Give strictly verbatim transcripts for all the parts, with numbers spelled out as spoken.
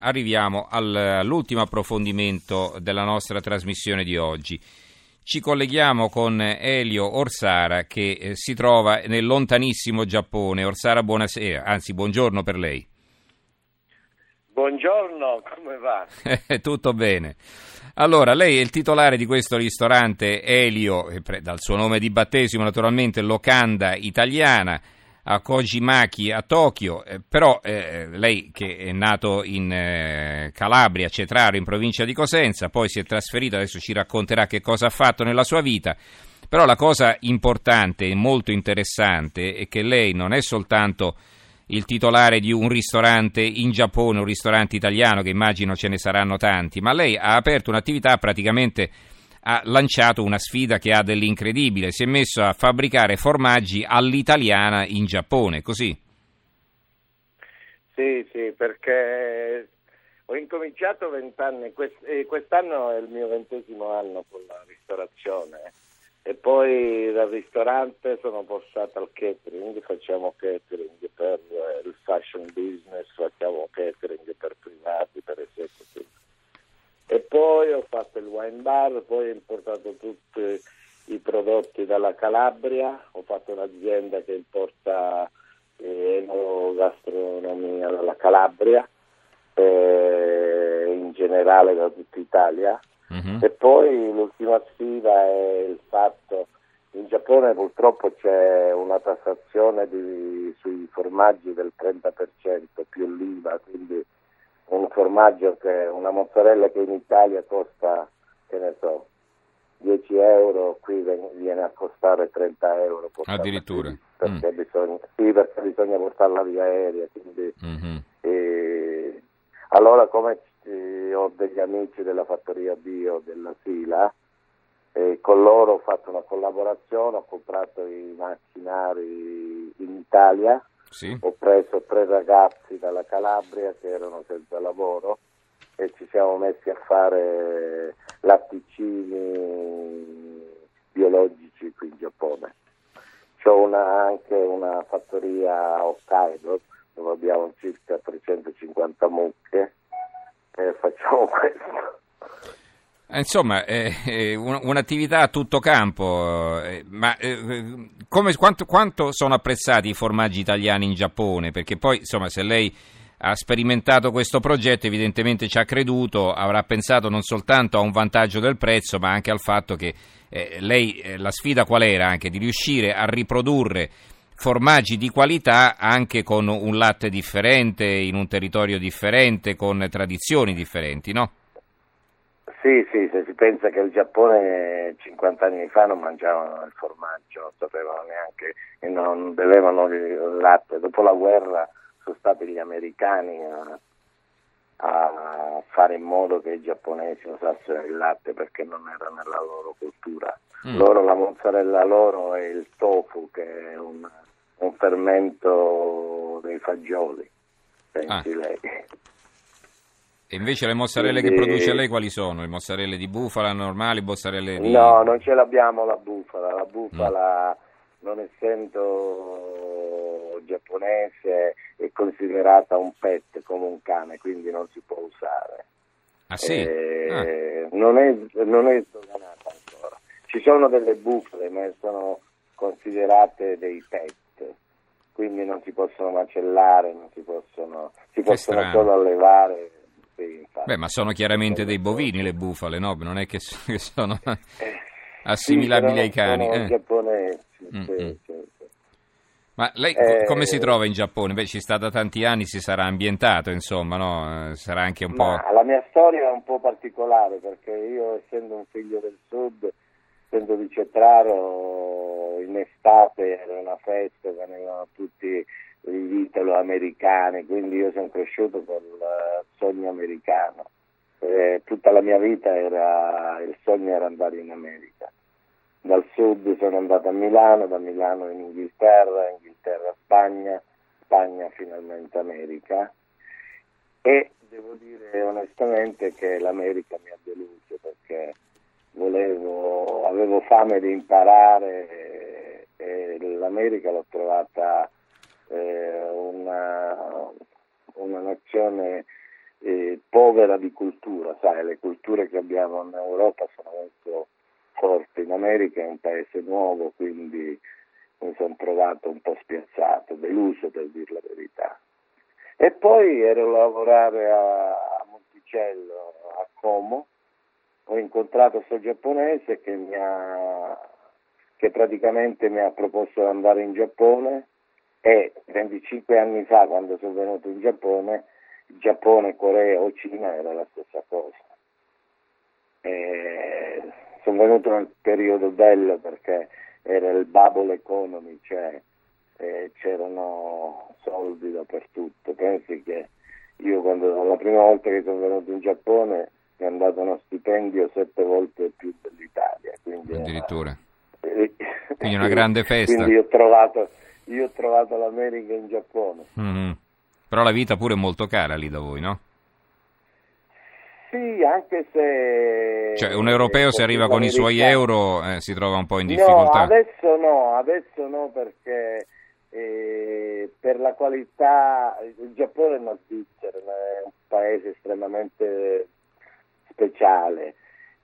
arriviamo al, all'ultimo approfondimento della nostra trasmissione di oggi. Ci colleghiamo con Elio Orsara che eh, si trova nel lontanissimo Giappone. Orsara, buonasera, anzi buongiorno per lei. Buongiorno, come va? Tutto bene. Allora, lei è il titolare di questo ristorante Elio, dal suo nome di battesimo naturalmente, Locanda Italiana, a Kojimaki a Tokyo, eh, però eh, lei che è nato in eh, Calabria, Cetraro, in provincia di Cosenza, poi si è trasferito, adesso ci racconterà che cosa ha fatto nella sua vita, però la cosa importante e molto interessante è che lei non è soltanto il titolare di un ristorante in Giappone, un ristorante italiano, che immagino ce ne saranno tanti, ma lei ha aperto un'attività, praticamente ha lanciato una sfida che ha dell'incredibile, si è messo a fabbricare formaggi all'italiana in Giappone, così? Sì, sì, perché ho incominciato vent'anni, quest- eh, quest'anno è il mio ventesimo anno con la ristorazione e poi dal ristorante sono passato al catering, facciamo catering per eh, il fashion business, facciamo catering per privati, per esecutivi. E poi ho fatto il wine bar, poi ho importato tutti i prodotti dalla Calabria, ho fatto un'azienda che importa eh, enogastronomia dalla Calabria, eh, in generale da tutta Italia. Uh-huh. E poi l'ultima sfida è il fatto, in Giappone purtroppo c'è una tassazione di, sui formaggi del trenta per cento più l'I V A, quindi un formaggio che, una mozzarella che in Italia costa, che ne so, dieci euro, qui viene a costare trenta euro. Addirittura. Qui, perché, mm. bisogna, sì, perché bisogna portarla via aerea. Quindi, mm-hmm. eh, allora, come eh, ho degli amici della fattoria bio della Sila, eh, con loro ho fatto una collaborazione, ho comprato i macchinari in Italia. Sì. Ho preso tre ragazzi dalla Calabria che erano senza lavoro e ci siamo messi a fare latticini biologici qui in Giappone. C'ho una, anche una fattoria a Hokkaido dove abbiamo circa trecentocinquanta mucche e facciamo questo. Insomma, è un'attività a tutto campo, ma come, quanto, quanto sono apprezzati i formaggi italiani in Giappone? Perché poi, insomma, se lei ha sperimentato questo progetto, evidentemente ci ha creduto, avrà pensato non soltanto a un vantaggio del prezzo, ma anche al fatto che eh, lei, eh, la sfida qual era? Anche di riuscire a riprodurre formaggi di qualità anche con un latte differente, in un territorio differente, con tradizioni differenti, no? Sì, sì, se si pensa che il Giappone cinquanta anni fa non mangiavano il formaggio, non sapevano neanche e non bevevano il latte. Dopo la guerra sono stati gli americani a, a fare in modo che i giapponesi usassero il latte perché non era nella loro cultura. Mm. Loro, la mozzarella loro è il tofu, che è un, un fermento dei fagioli, pensi ah. lei. E invece le mozzarelle Quindi... che produce lei quali sono? Le mozzarelle di bufala normali, mozzarelle di... No, non ce l'abbiamo la bufala. La bufala, mm. non essendo giapponese, è considerata un pet come un cane, quindi non si può usare. Ah sì? Eh, ah. Non è, non è sdoganata ancora. Ci sono delle bufale, ma sono considerate dei pet, quindi non si possono macellare, non si possono, si che possono strano. solo allevare. Beh, ma sono chiaramente dei bovini le bufale, no? Non è che sono assimilabili sì, ai cani. Sono eh. giapponesi. Mm-hmm. Sì, sì, sì. Ma lei eh, come si trova in Giappone? Beh, ci sta da tanti anni, si sarà ambientato, insomma, no? Sarà anche un ma po'... La mia storia è un po' particolare perché io, essendo un figlio del sud, essendo di Cetraro, in estate era una festa, venivano tutti gli italo-americani, quindi io sono cresciuto con il sogno americano. Eh, tutta la mia vita era il sogno era andare in America. Dal sud sono andato a Milano, da Milano in Inghilterra, Inghilterra a Spagna, Spagna finalmente America, e devo dire onestamente che l'America mi ha deluso perché volevo, avevo fame di imparare e, e l'America l'ho trovata eh, una, una nazione eh, povera di cultura, sai, le culture che abbiamo in Europa sono molto forti, in America è un paese nuovo, quindi mi sono trovato un po' spiazzato, deluso per dire la verità. E poi ero a lavorare a, a Monticello, a Como, ho incontrato questo giapponese che mi ha, che praticamente mi ha proposto di andare in Giappone, e venticinque anni fa, quando sono venuto in Giappone, Giappone, Corea o Cina era la stessa cosa. E sono venuto nel periodo bello perché era il bubble economy, cioè eh, c'erano soldi dappertutto. Pensi che io quando la prima volta che sono venuto in Giappone mi è andato uno stipendio sette volte più dell'Italia, quindi addirittura. Era, quindi una grande festa. Quindi io ho trovato, io ho trovato l'America in Giappone. Mm-hmm. Però la vita pure è molto cara lì da voi, no? Sì, anche se... Cioè un europeo se arriva con i suoi euro eh, si trova un po' in difficoltà. No, adesso no, adesso no perché eh, per la qualità... Il Giappone è una Svizzera, è un paese estremamente speciale.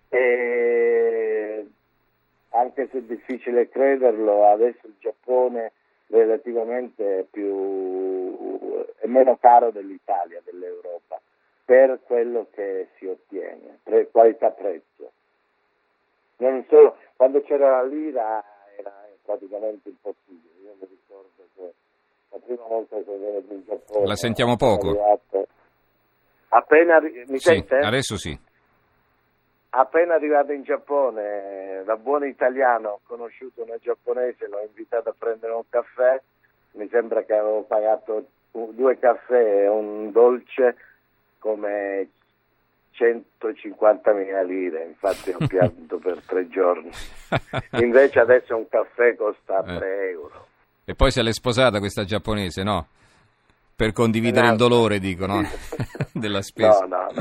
E anche se è difficile crederlo, adesso il Giappone relativamente è più è meno caro dell'Italia, dell'Europa, per quello che si ottiene, pre, qualità-prezzo. Non solo, quando c'era la lira era praticamente impossibile. Io mi ricordo che la prima volta che sono venuto in Giappone... La sentiamo poco. Arrivato, appena mi sì, sente? Adesso sì. Appena arrivato in Giappone, da buon italiano, ho conosciuto una giapponese, l'ho invitata a prendere un caffè, mi sembra che avevo pagato due caffè e un dolce come centocinquantamila lire, infatti ho pianto per tre giorni. Invece adesso un caffè costa eh. tre euro. E poi se l'è sposata questa giapponese, no? Per condividere no, il dolore, dico, no? Della spesa. No, no, no.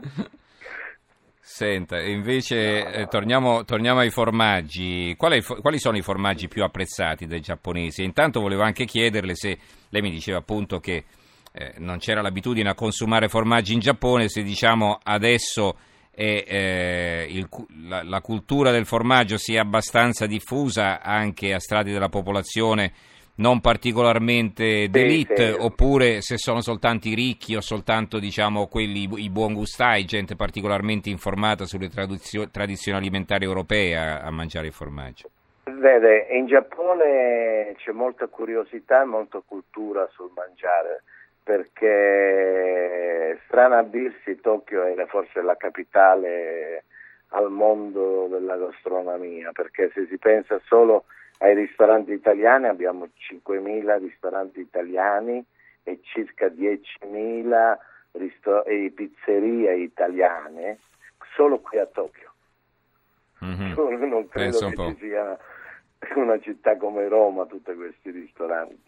Senta, e invece eh, torniamo, torniamo ai formaggi. Qual è, quali sono i formaggi più apprezzati dai giapponesi? E intanto volevo anche chiederle se, lei mi diceva appunto che eh, non c'era l'abitudine a consumare formaggi in Giappone, se diciamo adesso è, eh, il, la, la cultura del formaggio sia abbastanza diffusa anche a strati della popolazione non particolarmente d'élite, sì, sì. Oppure se sono soltanto i ricchi o soltanto diciamo quelli i buon gustai, gente particolarmente informata sulle tradizio- tradizioni alimentari europee a, a mangiare il formaggio. Vede, in Giappone c'è molta curiosità e molta cultura sul mangiare, perché strano a dirsi Tokyo è forse la capitale al mondo della gastronomia, perché se si pensa solo ai ristoranti italiani abbiamo cinquemila ristoranti italiani e circa diecimila risto- e pizzerie italiane solo qui a Tokyo. Mm-hmm. Non credo che ci sia una città come Roma tutti questi ristoranti.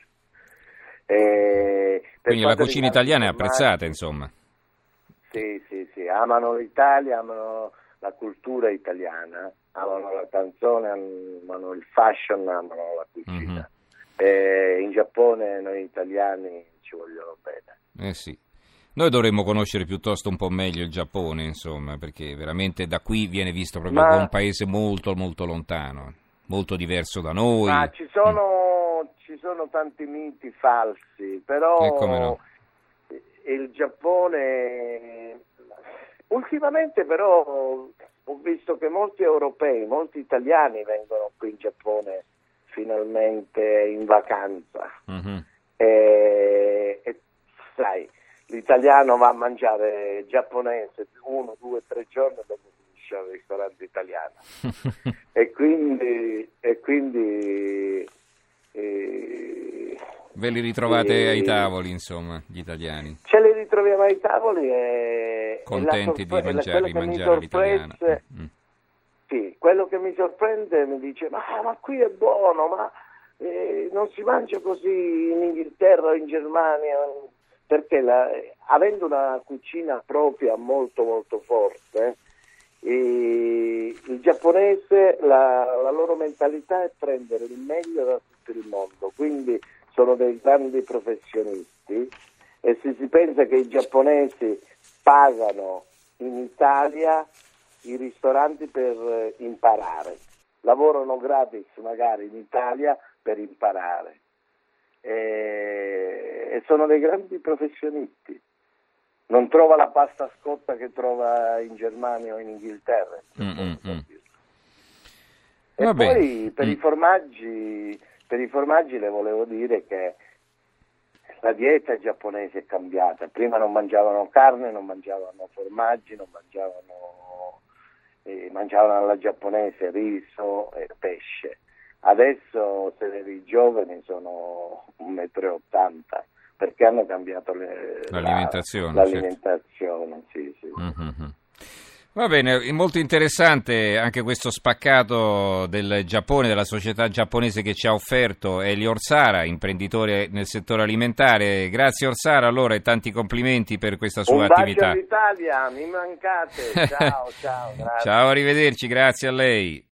E quindi la cucina italiana è apprezzata, insomma. Sì, sì, sì, amano l'Italia, amano la cultura italiana, amano la canzone, amano il fashion, amano la cucina. Mm-hmm. E in Giappone noi italiani ci vogliono bene. Eh sì. Noi dovremmo conoscere piuttosto un po' meglio il Giappone, insomma, perché veramente da qui viene visto proprio Ma... come un paese molto, molto lontano, molto diverso da noi. Ma ci sono, mm. ci sono tanti miti falsi, però eh, come no? Il Giappone... Ultimamente però ho visto che molti europei, molti italiani vengono qui in Giappone finalmente in vacanza. Mm-hmm. E, e sai, l'italiano va a mangiare giapponese uno, due, tre giorni dopo finisce al ristorante italiano. e quindi e quindi e, ve li ritrovate e, ai tavoli, insomma, gli italiani. Ce li ritroviamo ai tavoli e contenti e di mangiare, di mangiare all'italiana. Mm. Sì, quello che mi sorprende mi dice ma, ma qui è buono, ma eh, non si mangia così in Inghilterra o in Germania, perché la, avendo una cucina propria molto molto forte, eh, il giapponese, la, la loro mentalità è prendere il meglio da tutto il mondo, quindi sono dei grandi professionisti E se si pensa che i giapponesi pagano in Italia i ristoranti per imparare, lavorano gratis magari in Italia per imparare, e, e sono dei grandi professionisti. Non trova la pasta scotta che trova in Germania o in Inghilterra. Mm-hmm. E Va poi bene. per mm. i formaggi, per i formaggi le volevo dire che la dieta giapponese è cambiata. Prima non mangiavano carne, non mangiavano formaggi, non mangiavano, eh, mangiavano alla giapponese riso e pesce. Adesso, se vedi i giovani, sono un metro e ottanta, perché hanno cambiato le, l'alimentazione. La, l'alimentazione, certo. Sì, sì. Mm-hmm. Va bene, è molto interessante anche questo spaccato del Giappone, della società giapponese che ci ha offerto Elio Orsara, imprenditore nel settore alimentare. Grazie Orsara, allora, e tanti complimenti per questa sua Un attività. Un bacio all'Italia, mi mancate. Ciao, ciao, grazie. Ciao, arrivederci, grazie a lei.